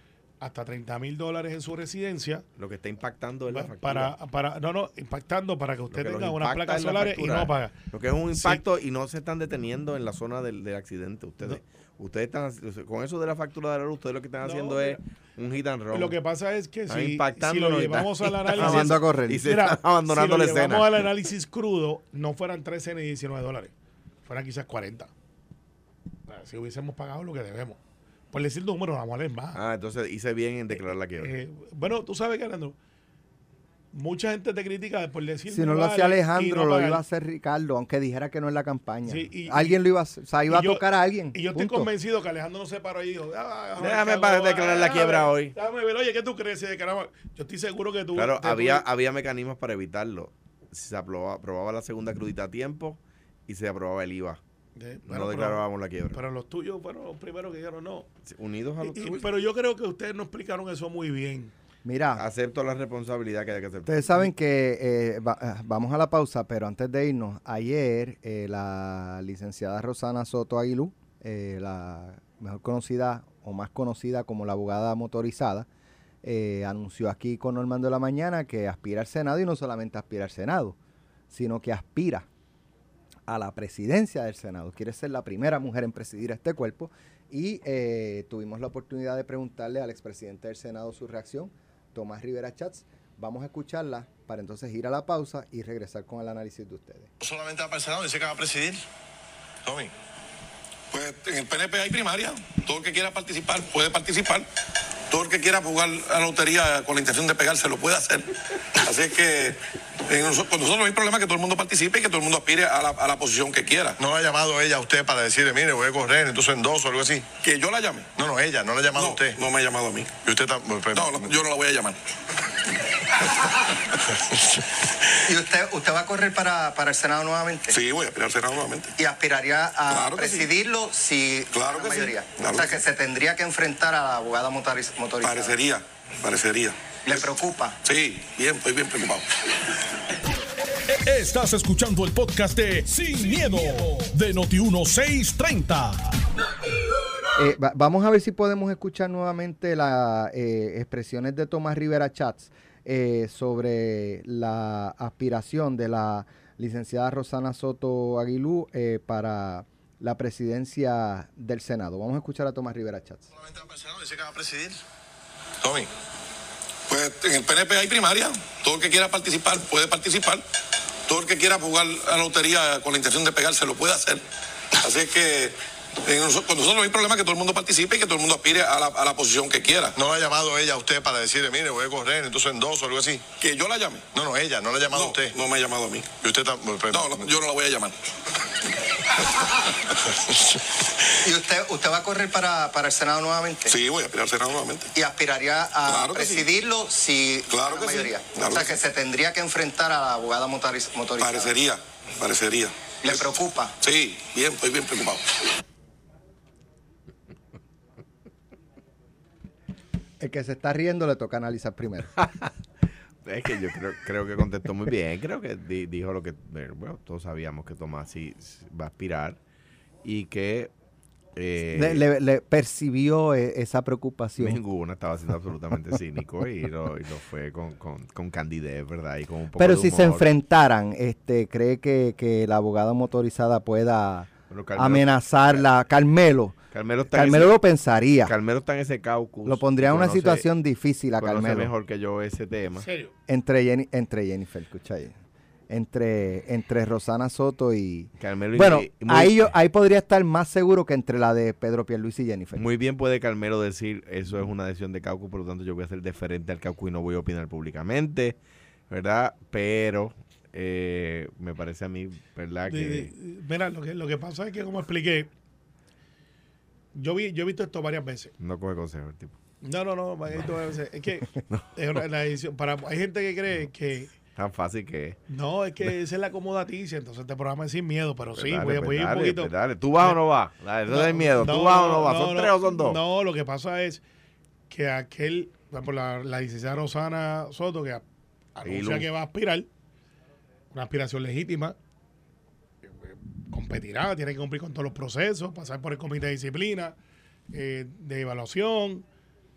Speaker 4: hasta treinta mil dólares en su residencia.
Speaker 3: Lo que está impactando es la factura.
Speaker 4: Para, para, no, no, impactando para que usted
Speaker 3: que
Speaker 4: tenga
Speaker 3: los
Speaker 4: unas
Speaker 3: impacta
Speaker 4: placas
Speaker 3: es la
Speaker 4: solares y
Speaker 3: factura.
Speaker 4: no paga.
Speaker 3: Lo que es un impacto
Speaker 4: Sí.
Speaker 3: y no se están deteniendo en la zona del, del accidente. Ustedes
Speaker 4: No.
Speaker 3: ustedes están, con eso de la factura de la luz, ustedes lo que están
Speaker 4: No,
Speaker 3: haciendo
Speaker 4: mira,
Speaker 3: es un hit and run.
Speaker 4: Lo que pasa es que
Speaker 3: Están
Speaker 4: si, si
Speaker 3: impactándonos
Speaker 4: lo
Speaker 3: y
Speaker 4: llevamos
Speaker 3: están-
Speaker 4: al
Speaker 3: están
Speaker 4: análisis...
Speaker 2: Mandando a correr.
Speaker 3: Y se
Speaker 4: Mira,
Speaker 3: están abandonando
Speaker 4: si
Speaker 3: la
Speaker 4: lo llevamos
Speaker 3: escena.
Speaker 4: al análisis crudo, no fueran trece ni diecinueve dólares, fueran quizás cuarenta. Si hubiésemos pagado lo que debemos. Por decir números, vamos a leer más.
Speaker 3: Ah, entonces hice bien en declarar la quiebra.
Speaker 4: Eh, bueno, tú sabes que, Alejandro, mucha gente te critica por decir...
Speaker 2: Si
Speaker 4: me
Speaker 2: no lo
Speaker 4: vale
Speaker 2: hacía
Speaker 4: y
Speaker 2: Alejandro,
Speaker 4: no
Speaker 2: lo
Speaker 4: pagar.
Speaker 2: iba a hacer Ricardo, aunque dijera que no es la campaña.
Speaker 4: Sí, y-
Speaker 2: alguien lo iba a hacer, o sea, iba
Speaker 4: y
Speaker 2: a
Speaker 4: yo-
Speaker 2: tocar a alguien.
Speaker 4: Y yo estoy
Speaker 2: punto.
Speaker 4: convencido que Alejandro no se paró ahí y dijo, ah,
Speaker 3: Déjame
Speaker 4: ¿qué
Speaker 3: para
Speaker 4: hago?
Speaker 3: declarar la
Speaker 4: Ah,
Speaker 3: quiebra
Speaker 4: déjame-
Speaker 3: hoy.
Speaker 4: Déjame ver, oye, ¿qué tú crees? Si declaramos? Yo estoy seguro que tú...
Speaker 3: Claro,
Speaker 4: que tú-
Speaker 3: había, había mecanismos para evitarlo. Si se aprobaba, aprobaba la segunda crudita a tiempo y se aprobaba el I V A.
Speaker 4: de-
Speaker 3: No
Speaker 4: bueno,
Speaker 3: declarábamos la quiebra.
Speaker 4: Pero los tuyos fueron los primeros que dijeron no.
Speaker 3: Unidos a los
Speaker 4: Y- y-
Speaker 3: tuyos.
Speaker 4: pero yo creo que ustedes no explicaron eso muy bien.
Speaker 2: Mira,
Speaker 3: Acepto la responsabilidad que hay que aceptar.
Speaker 2: ustedes saben que eh, va- eh, vamos a la pausa, pero antes de irnos, ayer eh, la licenciada Rosana Soto Aguilú, eh, la mejor conocida o más conocida como la abogada motorizada, eh, anunció aquí con Normando de la Mañana que aspira al Senado, y no solamente aspira al Senado, sino que aspira a la presidencia del Senado. Quiere ser la primera mujer en presidir este cuerpo, y eh, tuvimos la oportunidad de preguntarle al expresidente del Senado su reacción, Tomás Rivera Chats. Vamos a escucharla para entonces ir a la pausa y regresar con el análisis de ustedes.
Speaker 5: No solamente va para el Senado, dice que va a presidir. Tommy. Pues en el P N P hay primaria. Todo el que quiera participar puede participar. Todo el que quiera jugar a la lotería con la intención de pegarse lo puede hacer. Así es que eh, nosotros, con nosotros no hay problema que todo el mundo participe y que todo el mundo aspire a la, a la posición que quiera. ¿No la ha llamado ella a usted para decirle, mire, voy a correr, entonces endoso o algo así? ¿Que yo la llame? No, no, ella, no la ha llamado
Speaker 6: No,
Speaker 5: a usted.
Speaker 6: no me ha llamado a mí.
Speaker 5: ¿Y usted está, pues,
Speaker 6: No, no, yo no la voy a llamar.
Speaker 7: ¿Y usted usted va a correr para, para el Senado nuevamente?
Speaker 6: Sí, voy a aspirar al Senado nuevamente.
Speaker 7: ¿Y aspiraría a
Speaker 6: Claro que sí.
Speaker 7: presidirlo si
Speaker 6: Claro
Speaker 7: la
Speaker 6: que sí.
Speaker 7: mayoría?
Speaker 6: Claro
Speaker 7: o sea,
Speaker 6: que
Speaker 7: que
Speaker 6: sí.
Speaker 7: se tendría que enfrentar a la abogada motoriz- motorizada.
Speaker 6: Parecería, parecería.
Speaker 7: ¿Le preocupa?
Speaker 6: Sí, bien, estoy bien preocupado.
Speaker 1: Estás escuchando el podcast de Sin, Miedo, de Noti dieciséis treinta.
Speaker 2: Eh, va- vamos a ver si podemos escuchar nuevamente las eh, expresiones de Tomás Rivera Chats eh, sobre la aspiración de la licenciada Rosana Soto Aguilú eh, para la presidencia del Senado. Vamos a escuchar a Tomás Rivera Chats.
Speaker 5: solamente va para el Senado, dice que va a presidir. Tommy.
Speaker 6: Pues en el P N P hay primaria. Todo el que quiera participar puede participar. Todo el que quiera jugar a la lotería con la intención de pegarse lo puede hacer. Así es que eh, nosotros, con nosotros no hay problema que todo el mundo participe y que todo el mundo aspire a la, a la posición que quiera.
Speaker 5: ¿No la ha llamado ella a usted para decirle, mire, voy a correr, entonces endoso o algo así?
Speaker 6: ¿Que yo la llame?
Speaker 5: No, no, ella, no la ha llamado a
Speaker 6: No,
Speaker 5: usted.
Speaker 6: no me ha llamado a mí.
Speaker 5: ¿Y usted está, pues,
Speaker 6: No, no, yo no la voy a llamar.
Speaker 7: ¿Y usted usted va a correr para, para el Senado nuevamente?
Speaker 6: Sí, voy a aspirar al Senado nuevamente.
Speaker 7: ¿Y aspiraría a
Speaker 6: Claro que sí.
Speaker 7: presidirlo si
Speaker 6: Claro
Speaker 7: la
Speaker 6: que sí.
Speaker 7: mayoría?
Speaker 6: Claro
Speaker 7: o sea,
Speaker 6: que
Speaker 7: que
Speaker 6: sí.
Speaker 7: se tendría que enfrentar a la abogada motoriz- motorizada.
Speaker 6: Parecería, parecería.
Speaker 7: ¿Le preocupa?
Speaker 6: Sí, bien, estoy bien preocupado.
Speaker 2: El que se está riendo le toca analizar primero.
Speaker 3: Es que yo creo, creo que contestó muy bien. Creo que di- dijo lo que... Bueno, todos sabíamos que Tomás sí va a aspirar y que... eh,
Speaker 2: Le, le- le percibió eh, esa preocupación.
Speaker 3: Ninguna, estaba siendo absolutamente cínico y lo, y lo fue con, con, con candidez, ¿verdad? Y con un poco
Speaker 2: Pero
Speaker 3: de
Speaker 2: si se
Speaker 3: humor.
Speaker 2: enfrentaran, este, ¿cree que, que la abogada motorizada pueda
Speaker 3: Bueno, Carmelo-
Speaker 2: amenazarla? Carmelo.
Speaker 3: Carmelo está, en
Speaker 2: Carmelo
Speaker 3: ese,
Speaker 2: lo pensaría.
Speaker 3: Carmelo está en ese caucus.
Speaker 2: Lo pondría en una
Speaker 3: Conoce-
Speaker 2: situación difícil a
Speaker 3: conoce
Speaker 2: Carmelo.
Speaker 3: mejor que yo ese tema.
Speaker 4: ¿En serio?
Speaker 2: Entre, Jenny, entre Jennifer, escucha ahí. Entre, entre Rosana Soto y...
Speaker 3: Carmelo y-
Speaker 2: Bueno,
Speaker 3: y muy,
Speaker 2: ahí, yo, ahí podría estar más seguro que entre la de Pedro Pierluisi y Jennifer.
Speaker 3: muy bien puede Carmelo decir, eso es una decisión de caucus, por lo tanto yo voy a ser deferente al caucus y no voy a opinar públicamente, ¿verdad? Pero eh, me parece a mí, ¿verdad?
Speaker 4: De-
Speaker 3: Que
Speaker 4: de- mira, lo que, lo que pasa es que, como expliqué, yo vi yo he visto esto varias veces.
Speaker 3: no coge consejo el tipo.
Speaker 4: No, no, no, he visto varias veces. Es que es una, la decisión- para, hay gente que cree que
Speaker 3: Tan fácil que es.
Speaker 4: no, es que esa es la acomodaticia, entonces este programa es sin miedo, pero
Speaker 3: Pues
Speaker 4: sí,
Speaker 3: dale,
Speaker 4: voy, a-
Speaker 3: pues
Speaker 4: voy a ir un
Speaker 3: dale,
Speaker 4: poquito.
Speaker 3: pues dale. ¿Tú vas o no vas? Dale, eso es el miedo. ¿Tú vas o no vas? ¿Son
Speaker 4: no,
Speaker 3: tres o son dos?
Speaker 4: No, lo que pasa es que aquel, por ejemplo, la, la licenciada Rosana Soto, que a- anuncia
Speaker 3: Luz.
Speaker 4: que va a aspirar, una aspiración legítima, eh, competirá, tiene que cumplir con todos los procesos, pasar por el comité de disciplina, eh, de evaluación,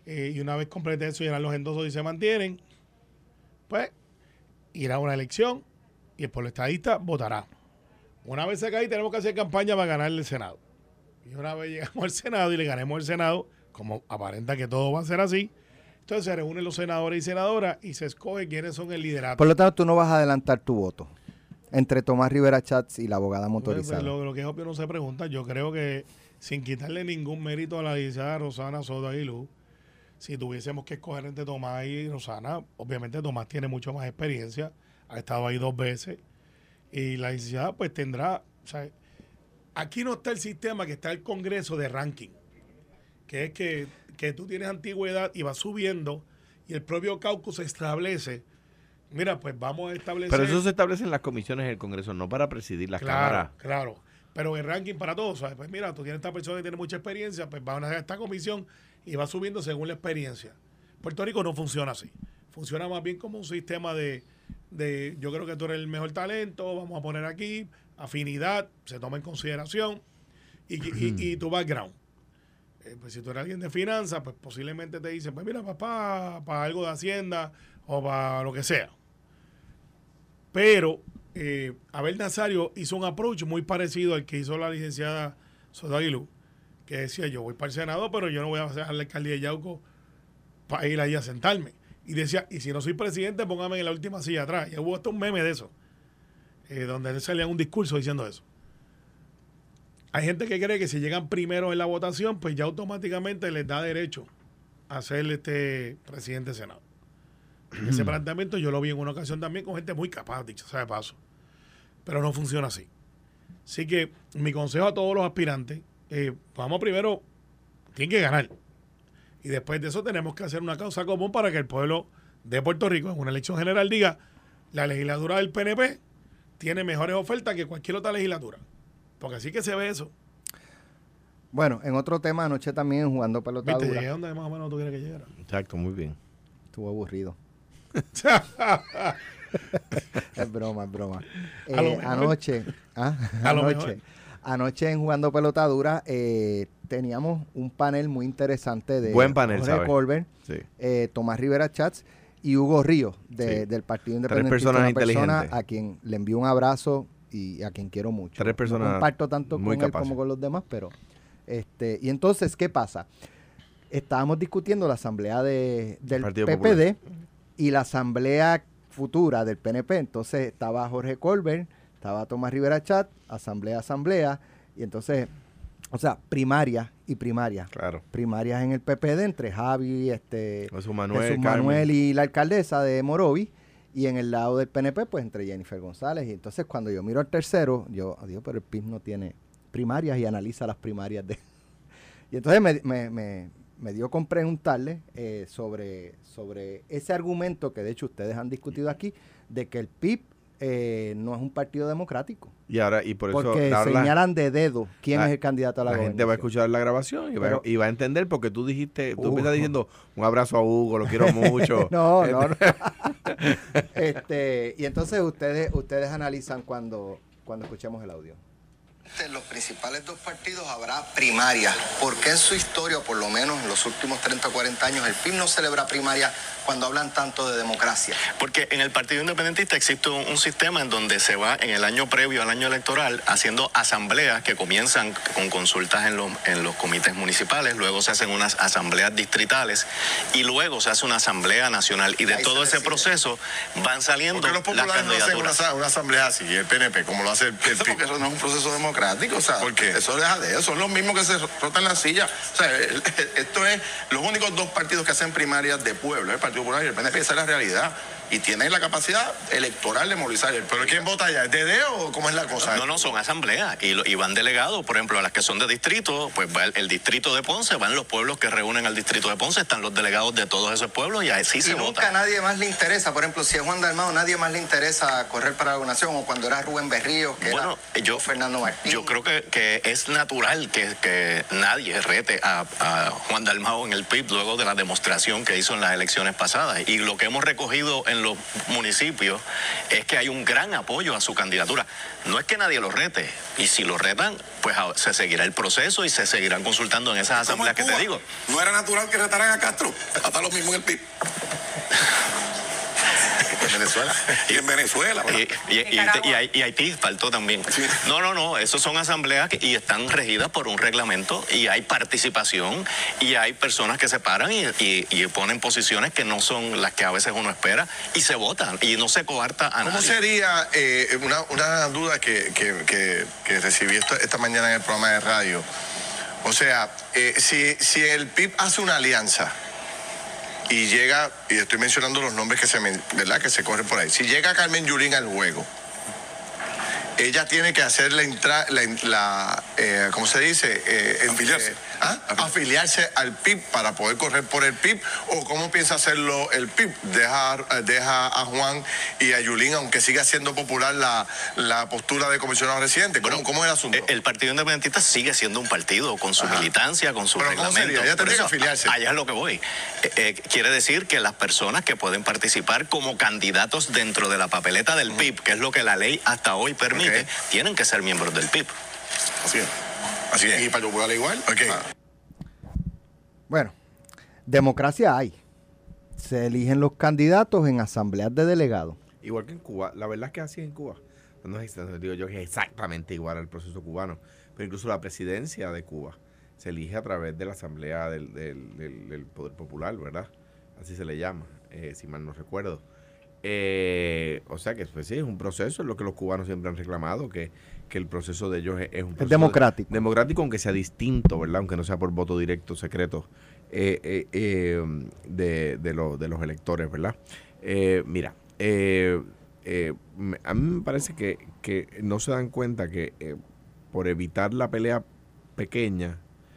Speaker 4: eh, y una vez complete eso y eran los endosos y se mantienen, pues irá a una elección y el pueblo estadista votará. Una vez acá ahí tenemos que hacer campaña para ganar el Senado. Y una vez llegamos al Senado y le ganemos el Senado, como aparenta que todo va a ser así, entonces se reúnen los senadores y senadoras y se escoge quiénes son el liderato.
Speaker 2: Por lo tanto, tú no vas a adelantar tu voto entre Tomás Rivera Chats y la abogada motorizada.
Speaker 4: Lo, lo que es obvio no se pregunta. Yo creo que sin quitarle ningún mérito a la licenciada Rosana Soto Aguilú, si tuviésemos que escoger entre Tomás y Rosana, obviamente Tomás tiene mucho más experiencia, ha estado ahí dos veces, y la licenciada pues tendrá, o sea, aquí no está el sistema que está el Congreso de ranking, que es que, que tú tienes antigüedad y vas subiendo, y el propio caucus se establece. Mira, pues vamos a establecer...
Speaker 3: Pero eso se establece en las comisiones del Congreso, no para presidir las
Speaker 4: claro,
Speaker 3: cámaras.
Speaker 4: Claro, pero el ranking para todos, ¿sabes? Pues mira, tú tienes esta persona que tiene mucha experiencia, pues van a hacer esta comisión y va subiendo según la experiencia. Puerto Rico no funciona así. Funciona más bien como un sistema de, de yo creo que tú eres el mejor talento, vamos a poner aquí, afinidad, se toma en consideración, y, y, y tu background. Eh, pues si tú eres alguien de finanzas, pues posiblemente te dicen, pues mira, papá, para algo de Hacienda o para lo que sea. Pero eh, Abel Nazario hizo un approach muy parecido al que hizo la licenciada Soto Aguilú, que decía, yo voy para el Senado, pero yo no voy a hacer la alcaldía de Yauco para ir ahí a sentarme. Y decía, y si no soy presidente, póngame en la última silla atrás. Y hubo hasta un meme de eso, eh, donde él salía un discurso diciendo eso. Hay gente que cree que si llegan primero en la votación, pues ya automáticamente les da derecho a ser este presidente de Senado. Ese planteamiento yo lo vi en una ocasión también con gente muy capaz, dicho sea de paso. Pero no funciona así. Así que mi consejo a todos los aspirantes, eh, vamos primero, tienen que ganar. Y después de eso tenemos que hacer una causa común para que el pueblo de Puerto Rico, en una elección general, diga, la legislatura del P N P tiene mejores ofertas que cualquier otra legislatura. Porque así que se ve eso.
Speaker 2: Bueno, en otro tema, anoche también jugando pelota
Speaker 4: Viste,
Speaker 2: dura.
Speaker 4: llegué donde más o menos tú quieres que llegara.
Speaker 3: Exacto, muy bien.
Speaker 2: Estuvo aburrido. Es broma, es broma. Eh,
Speaker 4: A lo mejor.
Speaker 2: anoche, ¿ah?
Speaker 4: A lo
Speaker 2: anoche,
Speaker 4: mejor.
Speaker 2: anoche en Jugando Pelota Dura eh, teníamos un panel muy interesante de
Speaker 3: Buen panel,
Speaker 2: Jorge
Speaker 3: ¿sabes?
Speaker 2: Colbert,
Speaker 3: Sí.
Speaker 2: eh, Tomás Rivera Chats y Hugo Ríos de,
Speaker 3: Sí.
Speaker 2: del Partido
Speaker 3: Tres
Speaker 2: Independentista.
Speaker 3: personas
Speaker 2: Una persona
Speaker 3: inteligentes.
Speaker 2: a quien le envío un abrazo y a quien quiero mucho.
Speaker 3: Tres personas
Speaker 2: no comparto tanto
Speaker 3: muy
Speaker 2: con él
Speaker 3: capaces.
Speaker 2: como con los demás, pero este y entonces, ¿qué pasa? Estábamos discutiendo la asamblea de, del
Speaker 3: Partido
Speaker 2: P P D
Speaker 3: Popular.
Speaker 2: y la asamblea futura del P N P. Entonces estaba Jorge Colbert, estaba Tomás Rivera Chat, asamblea, asamblea, y entonces, o sea, primaria y primaria.
Speaker 3: Claro.
Speaker 2: Primarias en el P P D entre Javi, este,
Speaker 3: Jesús Manuel,
Speaker 2: Jesús
Speaker 3: Carmen.
Speaker 2: Manuel y la alcaldesa de Morovi, y en el lado del P N P, pues entre Jennifer González. Y entonces cuando yo miro al tercero, yo, adiós, pero el P I B no tiene primarias y analiza las primarias de... Y entonces me, me, me, me dio con preguntarle eh, sobre, sobre ese argumento que de hecho ustedes han discutido aquí, de que el P I B eh, no es un partido democrático.
Speaker 3: Y ahora, y por eso
Speaker 2: Porque
Speaker 3: ahora la-
Speaker 2: señalan de dedo quién
Speaker 3: la-
Speaker 2: es el candidato a la,
Speaker 3: la gente va a
Speaker 2: gobernación.
Speaker 3: escuchar la grabación y, va,
Speaker 2: Pero-
Speaker 3: y va a entender porque tú dijiste, tú
Speaker 2: Uh.
Speaker 3: me estás diciendo un abrazo a Hugo, lo quiero mucho.
Speaker 2: No, no, no. este, y entonces ustedes ustedes analizan cuando, cuando escuchemos el audio.
Speaker 7: En los principales dos partidos habrá primarias. ¿Por qué en su historia, o por lo menos en los últimos treinta o cuarenta años, el P I B no celebra primarias cuando hablan tanto de democracia?
Speaker 8: Porque en el Partido Independentista existe un, un sistema en donde se va en el año previo al año electoral haciendo asambleas que comienzan con consultas en los, en los comités municipales, luego se hacen unas asambleas distritales y luego se hace una asamblea nacional y de
Speaker 7: Ahí
Speaker 8: todo
Speaker 7: se
Speaker 8: ese
Speaker 7: decide.
Speaker 8: proceso van saliendo
Speaker 5: Porque los
Speaker 8: las
Speaker 5: populares no hacen una,
Speaker 8: candidaturas.
Speaker 5: asa- una asamblea así, el P N P, como lo hace el P N P. Porque eso no es un proceso democrático, o sea, ¿Por qué? eso deja de eso, son los mismos que se rotan la silla. O sea, el- el- esto es los únicos dos partidos que hacen primarias de pueblo, el Partido Popular y el P N P, esa es la realidad. Y tienen la capacidad electoral de movilizar el pueblo. ¿Pero quién vota allá? ¿Es D D o cómo es la cosa?
Speaker 8: No, no, son asambleas y, lo- y van delegados, por ejemplo, a las que son de distrito, pues va el, el distrito de Ponce, van los pueblos que reúnen al distrito de Ponce, están los delegados de todos esos pueblos y así
Speaker 7: Y
Speaker 8: se
Speaker 7: nunca
Speaker 8: vota.
Speaker 7: a nadie más le interesa, por ejemplo, si es Juan Dalmau, nadie más le interesa correr para la gobernación, o cuando era Rubén Berríos, que
Speaker 8: Bueno,
Speaker 7: era
Speaker 8: yo,
Speaker 7: o Fernando Martín.
Speaker 8: yo creo que, que es natural que, que nadie rete a, a Juan Dalmau en el P I B luego de la demostración que hizo en las elecciones pasadas. Y lo que hemos recogido en en los municipios es que hay un gran apoyo a su candidatura. No es que nadie lo rete, y si lo retan, pues se seguirá el proceso y se seguirán consultando en esas asambleas que te digo.
Speaker 5: No era natural que retaran a Castro, hasta lo mismo en el P I B. En Venezuela. Y en Venezuela.
Speaker 8: Y, y, y, y, y Haití faltó también. Sí. No, no, no. Esos son asambleas que, y están regidas por un reglamento y hay participación y hay personas que se paran y, y, y ponen posiciones que no son las que a veces uno espera y se votan y no se coarta a nadie.
Speaker 6: ¿Cómo sería eh, una, una duda que, que, que, que recibí esto, esta mañana en el programa de radio? O sea, eh, si, si el P I B hace una alianza y llega, y estoy mencionando los nombres que se, ¿verdad? que se corren por ahí. Si llega Carmen Yulín al juego, ella tiene que hacer la entrada, la, la eh, ¿cómo se dice? Eh,
Speaker 5: afiliarse.
Speaker 6: Eh, ¿ah? Afiliarse al P I B para poder correr por el P I B, o cómo piensa hacerlo el P I B. Deja, deja a Juan y a Yulín, aunque siga siendo popular la, la postura de comisionado residente. ¿Cómo, bueno, ¿Cómo es el asunto?
Speaker 8: El Partido Independentista sigue siendo un partido con su Ajá. militancia, con su
Speaker 6: Pero
Speaker 8: reglamento.
Speaker 6: ¿cómo sería? Ella tendría que afiliarse.
Speaker 8: Allá es lo que voy. Eh, eh, quiere decir que las personas que pueden participar como candidatos dentro de la papeleta del uh-huh. P I B, que es lo que la ley hasta hoy permite, okay. tienen que ser miembros del P I B.
Speaker 6: Así es. Así es. ¿Y para Popular igual?
Speaker 2: Okay. Ah. Bueno, democracia hay. Se eligen los candidatos en asambleas de delegados.
Speaker 3: Igual que en Cuba. La verdad es que así en Cuba. No es, digo yo, es exactamente igual al proceso cubano. Pero incluso la presidencia de Cuba se elige a través de la asamblea del, del, del, del Poder Popular, ¿verdad? Así se le llama, eh, si mal no recuerdo. Eh, o sea que pues, sí, es un proceso, es lo que los cubanos siempre han reclamado, que, que el proceso de ellos es, es un proceso
Speaker 2: es democrático.
Speaker 3: De, democrático, aunque sea distinto, ¿verdad? Aunque no sea por voto directo, secreto, eh, eh, eh, de, de, lo, de los electores, ¿verdad? Eh, mira, eh, eh, a mí me parece que, que no se dan cuenta que eh, por evitar la pelea pequeña,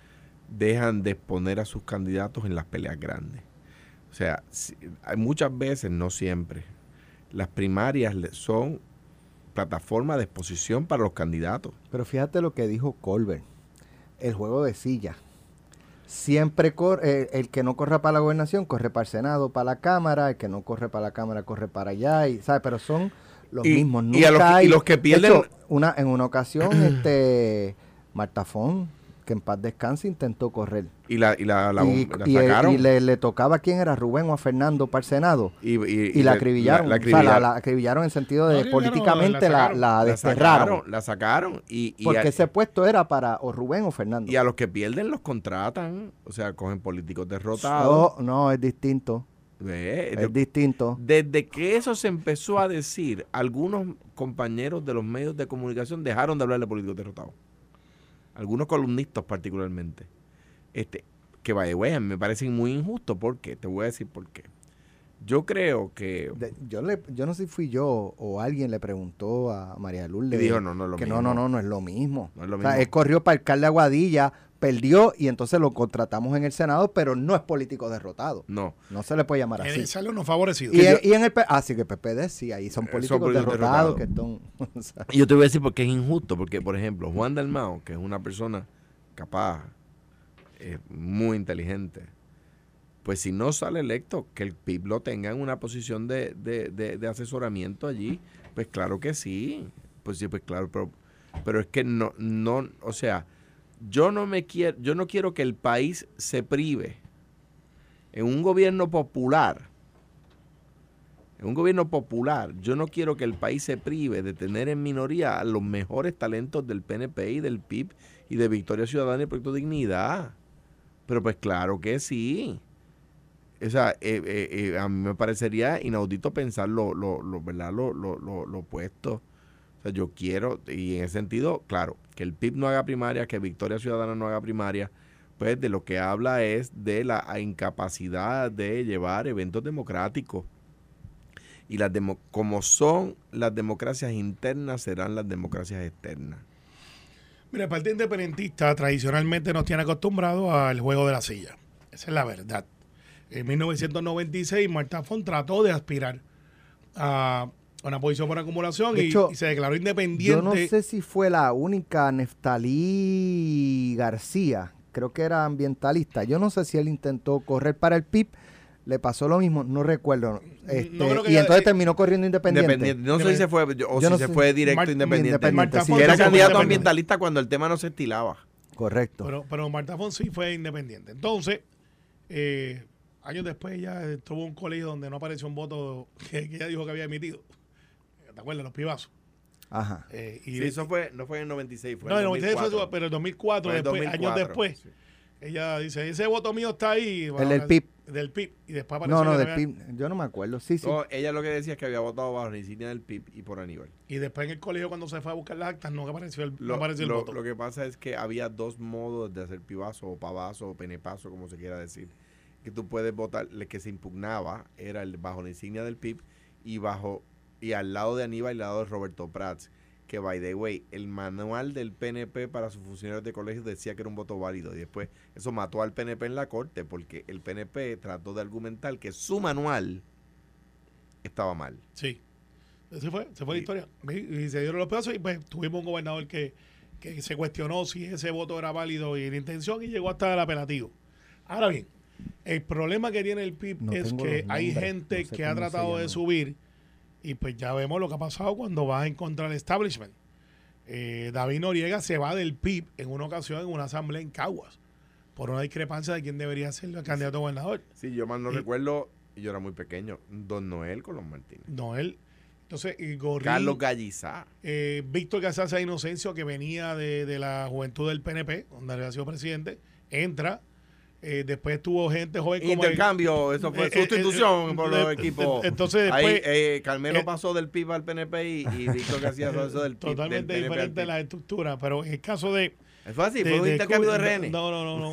Speaker 3: dejan de exponer a sus candidatos en las peleas grandes. O sea, si, hay muchas veces, no siempre, las primarias son plataforma de exposición para los candidatos.
Speaker 2: Pero fíjate lo que dijo Colbert, el juego de silla. Siempre corre, eh, el que no corre para la gobernación corre para el Senado, para la Cámara, el que no corre para la Cámara corre para allá, y ¿sabes? Pero son los
Speaker 3: y,
Speaker 2: mismos. Nunca
Speaker 3: y, a los,
Speaker 2: hay,
Speaker 3: y los que pierden...
Speaker 2: De hecho, una, en una ocasión, este Marta Font, que en paz descanse, intentó correr.
Speaker 3: Y la, y la, la,
Speaker 2: y,
Speaker 3: la
Speaker 2: y,
Speaker 3: sacaron.
Speaker 2: Y le, le tocaba a quién era, Rubén o a Fernando para el Senado.
Speaker 3: Y, y,
Speaker 2: y, y la acribillaron. La, la, acribillaron. O sea, la, la acribillaron en sentido de no, políticamente la, la, la desterraron.
Speaker 3: La sacaron. Y, y
Speaker 2: Porque
Speaker 3: a,
Speaker 2: ese puesto era para o Rubén o Fernando.
Speaker 3: Y a los que pierden los contratan. O sea, cogen políticos derrotados.
Speaker 2: No, no, es distinto.
Speaker 3: ¿Ve?
Speaker 2: Es de, distinto.
Speaker 3: Desde que eso se empezó a decir, algunos compañeros de los medios de comunicación dejaron de hablar de políticos derrotados. Algunos columnistas particularmente, este, que by the way, me parecen muy injustos. ¿Por qué? Te voy a decir por qué. Yo creo que...
Speaker 2: De, yo le, yo no sé si fui yo o alguien le preguntó a María Lourdes
Speaker 3: y dijo, no, no es lo
Speaker 2: que
Speaker 3: mismo.
Speaker 2: no, no, no, no es lo mismo.
Speaker 3: No es lo
Speaker 2: o
Speaker 3: mismo.
Speaker 2: sea, él corrió para alcalde de Aguadilla, perdió y entonces lo contratamos en el Senado, pero no es político derrotado.
Speaker 3: No.
Speaker 2: No se le puede llamar así.
Speaker 4: En sale no favorecido.
Speaker 2: Y,
Speaker 3: yo,
Speaker 2: y en el ah, sí, que el P P D sí, ahí son políticos, son políticos derrotados, derrotados. Que están, o sea.
Speaker 3: Y yo te voy a decir porque es injusto, porque por ejemplo, Juan Dalmao, que es una persona capaz, eh, muy inteligente, pues si no sale electo, que el P I B lo tenga en una posición de, de, de, de asesoramiento allí, pues claro que sí, pues sí, pues claro, pero, pero es que no, no, o sea, yo no me quiero, yo no quiero que el país se prive en un gobierno popular, en un gobierno popular, yo no quiero que el país se prive de tener en minoría a los mejores talentos del P N P y del P I B y de Victoria Ciudadana y Proyecto Dignidad. Pero pues claro que sí. O sea, eh, eh, eh, a mí me parecería inaudito pensar lo, lo, lo, ¿verdad? Lo, lo, lo, lo opuesto. O sea, yo quiero, y en ese sentido, claro, que el P I B no haga primaria, que Victoria Ciudadana no haga primaria, pues de lo que habla es de la incapacidad de llevar eventos democráticos. Y las demo, como son las democracias internas, serán las democracias externas.
Speaker 4: Mira, el Partido Independentista tradicionalmente nos tiene acostumbrados al juego de la silla. Esa es la verdad. En mil novecientos noventa y seis, Marta Font trató de aspirar a una posición por acumulación y, hecho, y se declaró independiente.
Speaker 2: Yo no sé si fue la única. Neftalí García, creo que era ambientalista. Yo no sé si él intentó correr para el P I B. le pasó lo mismo, no recuerdo. Este,
Speaker 4: No creo que
Speaker 2: y
Speaker 4: ella-
Speaker 2: entonces
Speaker 4: eh,
Speaker 2: terminó corriendo independiente.
Speaker 3: Independiente. No sé si se fue, yo- o
Speaker 2: Yo
Speaker 3: si
Speaker 2: no
Speaker 3: se
Speaker 2: sé.
Speaker 3: fue directo
Speaker 4: Mar-
Speaker 3: independiente.
Speaker 2: independiente,
Speaker 4: Marta
Speaker 2: sí.
Speaker 4: Fon
Speaker 3: Era
Speaker 4: se fue
Speaker 3: candidato
Speaker 4: independiente.
Speaker 3: ambientalista cuando el tema no se estilaba.
Speaker 2: Correcto.
Speaker 4: Pero, pero Marta Fon sí fue independiente. Entonces, eh, años después ella estuvo en un colegio donde no apareció un voto que, que ella dijo que había emitido. ¿Te acuerdas? Los pibazos.
Speaker 2: Ajá.
Speaker 4: Eh, y
Speaker 3: Sí, eso fue, no fue en el noventa y seis, fue
Speaker 4: no,
Speaker 3: en
Speaker 4: en
Speaker 3: el
Speaker 4: el noventa y seis fue
Speaker 3: dos mil cuatro.
Speaker 4: su- pero en dos mil cuatro,
Speaker 3: Fue en
Speaker 4: después,
Speaker 3: dos mil
Speaker 4: años
Speaker 3: cuatro,
Speaker 4: después,
Speaker 3: sí.
Speaker 4: ella dice, ese voto mío está ahí.
Speaker 2: El del P I B.
Speaker 4: Del P I B. Y después apareció
Speaker 2: No, no,
Speaker 4: que
Speaker 2: del
Speaker 4: había-
Speaker 2: P I B. Yo no me acuerdo. Sí, sí.
Speaker 3: No, ella lo que decía es que había votado bajo la insignia del P I B y por Aníbal.
Speaker 4: Y después en el colegio cuando se fue a buscar las actas no apareció el, no
Speaker 3: Lo,
Speaker 4: apareció el
Speaker 3: lo-
Speaker 4: voto.
Speaker 3: lo que pasa es que había dos modos de hacer pibazo o pavazo o penepazo, como se quiera decir. Que tú puedes votar, el que se impugnaba era el bajo la insignia del P I B y bajo y al lado de Aníbal y al lado de Roberto Prats. Que, by the way, el manual del P N P para sus funcionarios de colegio decía que era un voto válido. Y después eso mató al P N P en la corte porque el P N P trató de argumentar que su manual estaba mal.
Speaker 4: Sí. Así fue, se fue
Speaker 3: Sí.
Speaker 4: la historia. Y, y se dieron los pedazos y pues tuvimos un gobernador que, que se cuestionó si ese voto era válido y la intención y llegó hasta el apelativo. Ahora bien, el problema que tiene el P I B
Speaker 2: No
Speaker 4: es
Speaker 2: tengo
Speaker 4: que
Speaker 2: los
Speaker 4: hay
Speaker 2: nombres,
Speaker 4: gente
Speaker 2: no sé
Speaker 4: que ha
Speaker 2: cómo se
Speaker 4: tratado de
Speaker 2: llama.
Speaker 4: subir y pues ya vemos lo que ha pasado cuando vas en contra del establishment. Eh, David Noriega se va del P I B en una ocasión en una asamblea en Caguas por una discrepancia de quién debería ser el candidato a gobernador.
Speaker 3: Sí, yo mal no
Speaker 4: Y-
Speaker 3: recuerdo, y yo era muy pequeño, don Noel Colón Martínez.
Speaker 4: No, él. Entonces, y Gorrín,
Speaker 3: Carlos Gallizá.
Speaker 4: eh, Víctor García Inocencio, que venía de, de la juventud del P N P, donde había sido presidente, entra. Eh, después tuvo gente joven como...
Speaker 3: Intercambio, eso fue
Speaker 4: eh, eh,
Speaker 3: sustitución
Speaker 4: eh,
Speaker 3: por
Speaker 4: eh,
Speaker 3: los
Speaker 4: eh,
Speaker 3: equipos.
Speaker 4: entonces
Speaker 3: Ahí
Speaker 4: después-
Speaker 3: eh, Carmelo
Speaker 4: eh,
Speaker 3: pasó del P I B al P N P y, y Víctor García pasó del P I B.
Speaker 4: Totalmente
Speaker 3: del P N P al
Speaker 4: diferente
Speaker 3: P I B.
Speaker 4: la estructura, pero en el caso de...
Speaker 3: Fue así,
Speaker 4: de-
Speaker 3: fue un
Speaker 4: de
Speaker 3: intercambio de
Speaker 4: Cuba-
Speaker 3: rehenes.
Speaker 4: No, no, no,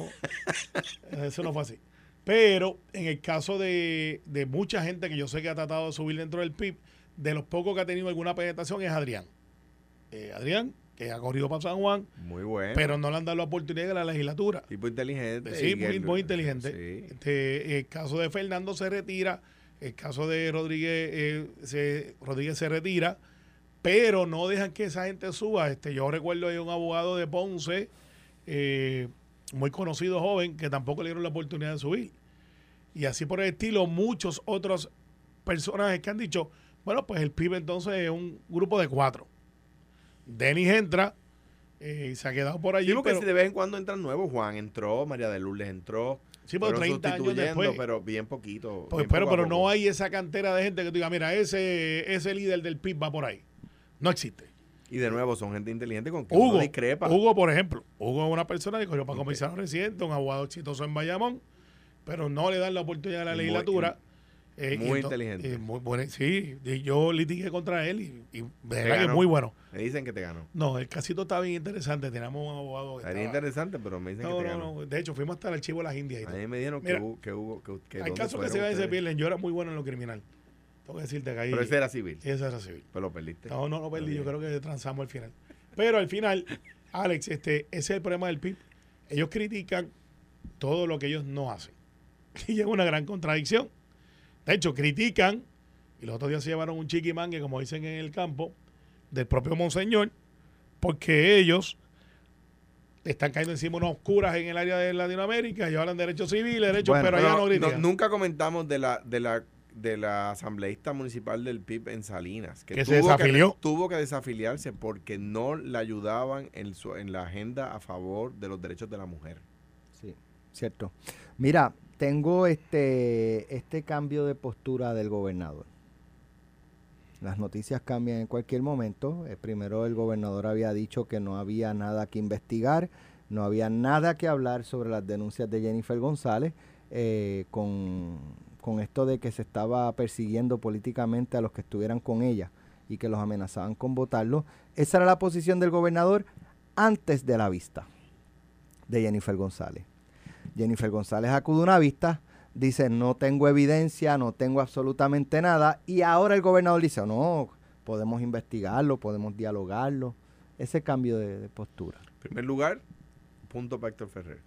Speaker 4: no. Eso no fue así. Pero en el caso de, de mucha gente que yo sé que ha tratado de subir dentro del P I B, de los pocos que ha tenido alguna penetración es Adrián. Eh, Adrián, que ha corrido para San Juan,
Speaker 3: Muy bueno.
Speaker 4: pero no le han dado la oportunidad de la legislatura.
Speaker 3: Tipo inteligente.
Speaker 4: Sí,
Speaker 3: y
Speaker 4: muy,
Speaker 3: el-
Speaker 4: muy inteligente.
Speaker 3: Sí.
Speaker 4: Este, el caso de Fernando se retira, el caso de Rodríguez, eh, se, Rodríguez se retira, pero no dejan que esa gente suba. Este, yo recuerdo hay un abogado de Ponce, eh, muy conocido joven, que tampoco le dieron la oportunidad de subir. Y así por el estilo, muchos otros personajes que han dicho, bueno, pues el P I B entonces es un grupo de cuatro. Denis entra, eh, y se ha quedado por allí.
Speaker 3: Sí, porque
Speaker 4: pero,
Speaker 3: si de vez en cuando entran nuevos, Juan entró, María de Lourdes entró.
Speaker 4: Sí, pero
Speaker 3: fueron
Speaker 4: treinta años
Speaker 3: sustituyendo,
Speaker 4: después.
Speaker 3: pero bien poquito.
Speaker 4: Pues,
Speaker 3: bien
Speaker 4: pero
Speaker 3: poco a
Speaker 4: pero
Speaker 3: poco.
Speaker 4: no hay esa cantera de gente que tú digas, mira, ese, ese líder del P I B va por ahí. No existe.
Speaker 3: Y de nuevo, son gente inteligente con quien
Speaker 4: Hugo,
Speaker 3: uno discrepa.
Speaker 4: Hugo, por ejemplo, Hugo es una persona que cogió para comisario residente, un abogado exitoso en Bayamón, pero no le dan la oportunidad a la
Speaker 3: Muy-
Speaker 4: legislatura. Eh,
Speaker 3: muy
Speaker 4: y ento-
Speaker 3: inteligente.
Speaker 4: eh, muy bueno, sí, y yo litigué contra él y, y de verdad que es
Speaker 3: ganó.
Speaker 4: muy bueno.
Speaker 3: Me dicen que te ganó.
Speaker 4: No, el casito está bien interesante. Teníamos un abogado que
Speaker 3: Estaría
Speaker 4: estaba-
Speaker 3: interesante, pero me dicen
Speaker 4: No,
Speaker 3: que te
Speaker 4: no,
Speaker 3: ganó.
Speaker 4: no. De hecho, fuimos hasta el archivo de las Indias. Y
Speaker 3: A
Speaker 4: todo.
Speaker 3: mí me dijeron
Speaker 4: Mira,
Speaker 3: que hubo, que hubo, que, que
Speaker 4: Hay
Speaker 3: ¿dónde
Speaker 4: casos que
Speaker 3: fueron
Speaker 4: se van y se
Speaker 3: ustedes?
Speaker 4: pierden. Yo era muy bueno en lo criminal. Tengo que decirte que ahí...
Speaker 3: Pero ese era civil.
Speaker 4: Sí, ese era civil.
Speaker 3: Pero lo perdiste.
Speaker 4: No, no lo perdí. Yo
Speaker 3: Está
Speaker 4: creo que transamos al final. Pero al final, Alex, este, ese es el problema del P I B. Ellos critican todo lo que ellos no hacen. Y es una gran contradicción. De hecho, critican, y los otros días se llevaron un chiquimangue, como dicen en el campo, del propio Monseñor, porque ellos le están cayendo encima unos curas en el área de Latinoamérica, ellos hablan de derechos civiles, derechos,
Speaker 2: Bueno,
Speaker 4: pero allá
Speaker 3: Bueno,
Speaker 4: no critican.
Speaker 3: no- nunca comentamos de la, de la de la asambleísta municipal del P I B en Salinas,
Speaker 4: Que se
Speaker 3: tuvo
Speaker 4: desafilió.
Speaker 3: tuvo que desafiliarse porque no la ayudaban en, su, en la agenda a favor de los derechos de la mujer.
Speaker 2: Sí, cierto. Mira, tengo este, este cambio de postura del gobernador. Las noticias cambian en cualquier momento. Eh, primero el gobernador había dicho que no había nada que investigar, no había nada que hablar sobre las denuncias de Jennifer González, eh, con, con esto de que se estaba persiguiendo políticamente a los que estuvieran con ella y que los amenazaban con votarlo. Esa era la posición del gobernador antes de la vista de Jennifer González. Jennifer González acude a una vista, dice no tengo evidencia, no tengo absolutamente nada, y ahora el gobernador dice no, podemos investigarlo, podemos dialogarlo. Ese cambio de, de postura.
Speaker 3: En primer lugar, punto para Héctor Ferrer.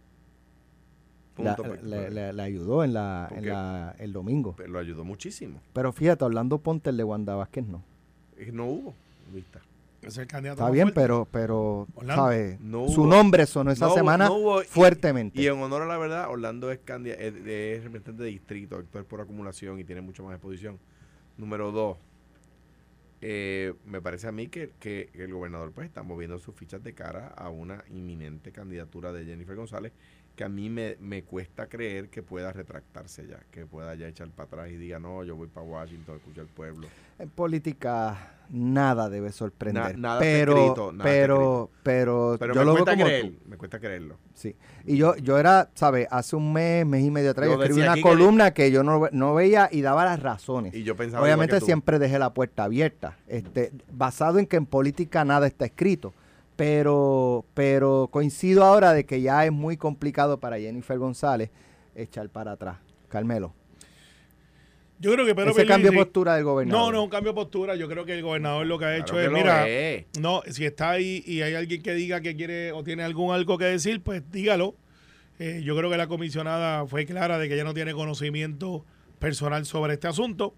Speaker 2: La-
Speaker 3: Punto para Héctor
Speaker 2: le,
Speaker 3: Ferrer.
Speaker 2: le- le ayudó en la, en
Speaker 3: Porque-
Speaker 2: la el domingo.
Speaker 3: Pero lo ayudó muchísimo.
Speaker 2: Pero fíjate, Orlando Ponte, el de Wanda Vázquez, no.
Speaker 3: Y no hubo vista.
Speaker 4: Es el candidato.
Speaker 2: Está bien, pero, pero ¿sabes?
Speaker 3: No
Speaker 2: Su
Speaker 3: hubo-
Speaker 2: nombre sonó esa
Speaker 3: no hubo-
Speaker 2: semana
Speaker 3: no hubo- y-
Speaker 2: fuertemente.
Speaker 3: Y en honor a la verdad, Orlando es, candid- es, es representante de distrito, esto es por acumulación y tiene mucho más exposición. Número dos, eh, me parece a mí que, que el gobernador pues está moviendo sus fichas de cara a una inminente candidatura de Jennifer González, que a mí me, me cuesta creer que pueda retractarse ya, que pueda ya echar para atrás y diga, no, yo voy para Washington, escucho al pueblo.
Speaker 2: En política nada debe sorprender.
Speaker 3: Na- nada está
Speaker 2: pero,
Speaker 3: escrito, nada está
Speaker 2: pero, pero,
Speaker 3: Pero
Speaker 2: yo
Speaker 3: me
Speaker 2: lo veo
Speaker 3: cuesta
Speaker 2: como
Speaker 3: creer,
Speaker 2: tú.
Speaker 3: me cuesta creerlo.
Speaker 2: Sí. Y yo, yo era, ¿sabes? Hace un mes, mes y medio atrás,
Speaker 3: Yo
Speaker 2: yo escribí
Speaker 3: decía
Speaker 2: una
Speaker 3: aquí que-
Speaker 2: columna que, yo no, no veía y daba las razones.
Speaker 3: Y yo pensaba
Speaker 2: Obviamente
Speaker 3: igual que tú.
Speaker 2: siempre dejé la puerta abierta, este, basado en que en política nada está escrito. Pero, pero coincido ahora de que ya es muy complicado para Jennifer González echar para atrás. Carmelo.
Speaker 4: Yo creo que Pedro
Speaker 2: Ese cambio de
Speaker 4: Pierluisi-
Speaker 2: postura del gobernador.
Speaker 4: No, no, un cambio de postura. Yo creo que el gobernador lo que ha
Speaker 3: Claro
Speaker 4: hecho
Speaker 3: que
Speaker 4: es,
Speaker 3: lo
Speaker 4: mira,
Speaker 3: es.
Speaker 4: no, si está ahí y hay alguien que diga que quiere o tiene algún algo que decir, pues dígalo. Eh, yo creo que la comisionada fue clara de que ella no tiene conocimiento personal sobre este asunto.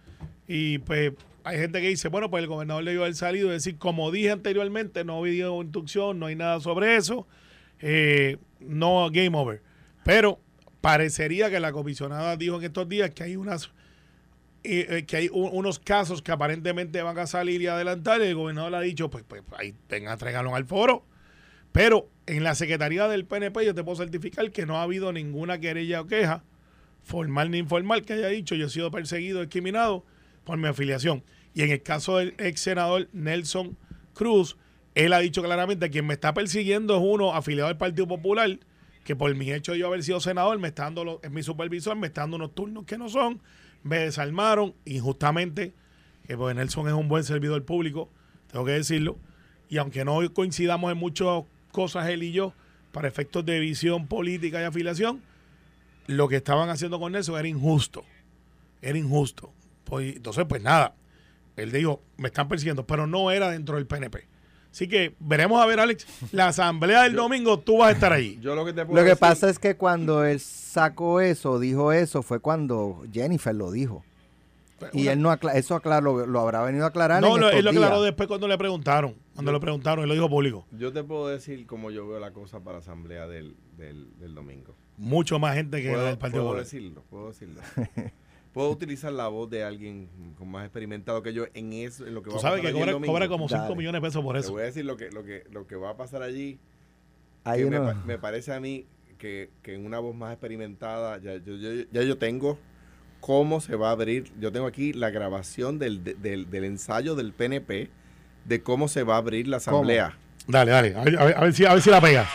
Speaker 4: Y pues hay gente que dice, bueno, pues el gobernador debió haber salido y decir, como dije anteriormente, no habido instrucción, no hay nada sobre eso, eh, no game over. Pero parecería que la comisionada dijo en estos días que hay unas eh, eh, que hay un- unos casos que aparentemente van a salir y adelantar, y el gobernador le ha dicho, pues, pues ahí vengan, tráiganlo al foro. Pero en la Secretaría del P N P yo te puedo certificar que no ha habido ninguna querella o queja, formal ni informal, que haya dicho yo he sido perseguido, discriminado por mi afiliación. Y en el caso del ex senador Nelson Cruz, él ha dicho claramente que quien me está persiguiendo es uno afiliado al Partido Popular, que por mi hecho de yo haber sido senador, me está dando lo- es mi supervisor, me está dando unos turnos que no son, me desarmaron injustamente, que pues Nelson es un buen servidor público, tengo que decirlo, y aunque no coincidamos en muchas cosas él y yo, para efectos de visión política y afiliación, lo que estaban haciendo con Nelson era injusto, era injusto. Pues, entonces, pues nada, él dijo, me están persiguiendo, pero no era dentro del P N P. Así que veremos a ver, Alex, la asamblea del
Speaker 3: Yo-
Speaker 4: domingo, tú vas a estar allí.
Speaker 3: Yo lo que te puedo
Speaker 2: Lo que
Speaker 3: decir-
Speaker 2: pasa es que cuando él sacó eso, dijo eso, fue cuando Jennifer lo dijo. Y
Speaker 4: Una-
Speaker 2: él no acla- eso aclaró, lo habrá venido a aclarar
Speaker 4: no,
Speaker 2: en
Speaker 4: lo,
Speaker 2: estos
Speaker 4: él lo aclaró
Speaker 2: días.
Speaker 4: después cuando le preguntaron, cuando
Speaker 3: Yo-
Speaker 4: le preguntaron, él lo dijo público.
Speaker 3: Yo te puedo decir cómo yo veo la cosa para la asamblea del, del, del domingo.
Speaker 4: Mucho más gente que la
Speaker 3: Puedo,
Speaker 4: del Partido
Speaker 3: puedo
Speaker 4: Popular.
Speaker 3: decirlo, puedo decirlo. Puedo utilizar la voz de alguien con más experimentado que yo en eso, en lo que
Speaker 4: Tú
Speaker 3: va a
Speaker 4: sabes
Speaker 3: pasar
Speaker 4: que
Speaker 3: allí el
Speaker 4: cobra,
Speaker 3: domingo.
Speaker 4: cobra como cinco
Speaker 2: Dale.
Speaker 4: millones de pesos por
Speaker 3: Te
Speaker 4: eso.
Speaker 3: voy a decir lo que, lo que, lo que va a pasar allí.
Speaker 2: Hay
Speaker 3: que me,
Speaker 2: uno-
Speaker 3: pa- me parece a mí que, que en una voz más experimentada, ya yo, yo- ya yo tengo cómo se va a abrir. Yo tengo aquí la grabación del, de- del, del ensayo del P N P de cómo se va a abrir la
Speaker 2: ¿Cómo?
Speaker 3: asamblea.
Speaker 4: Dale, dale, a ver, a ver, a ver si, a ver si la pega.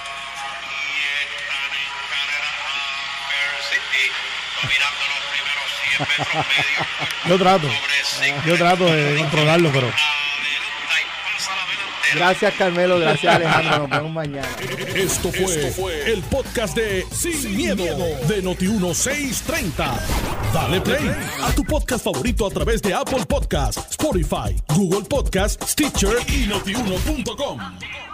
Speaker 4: Yo trato, yo trato de controlarlo, pero...
Speaker 2: Gracias, Carmelo. Gracias, Alejandro. Nos vemos mañana.
Speaker 1: Esto fue, el podcast de Sin, miedo, de Noti uno seiscientos treinta. Dale play a tu podcast favorito a través de Apple Podcasts, Spotify, Google Podcasts, Stitcher y notiuno punto com.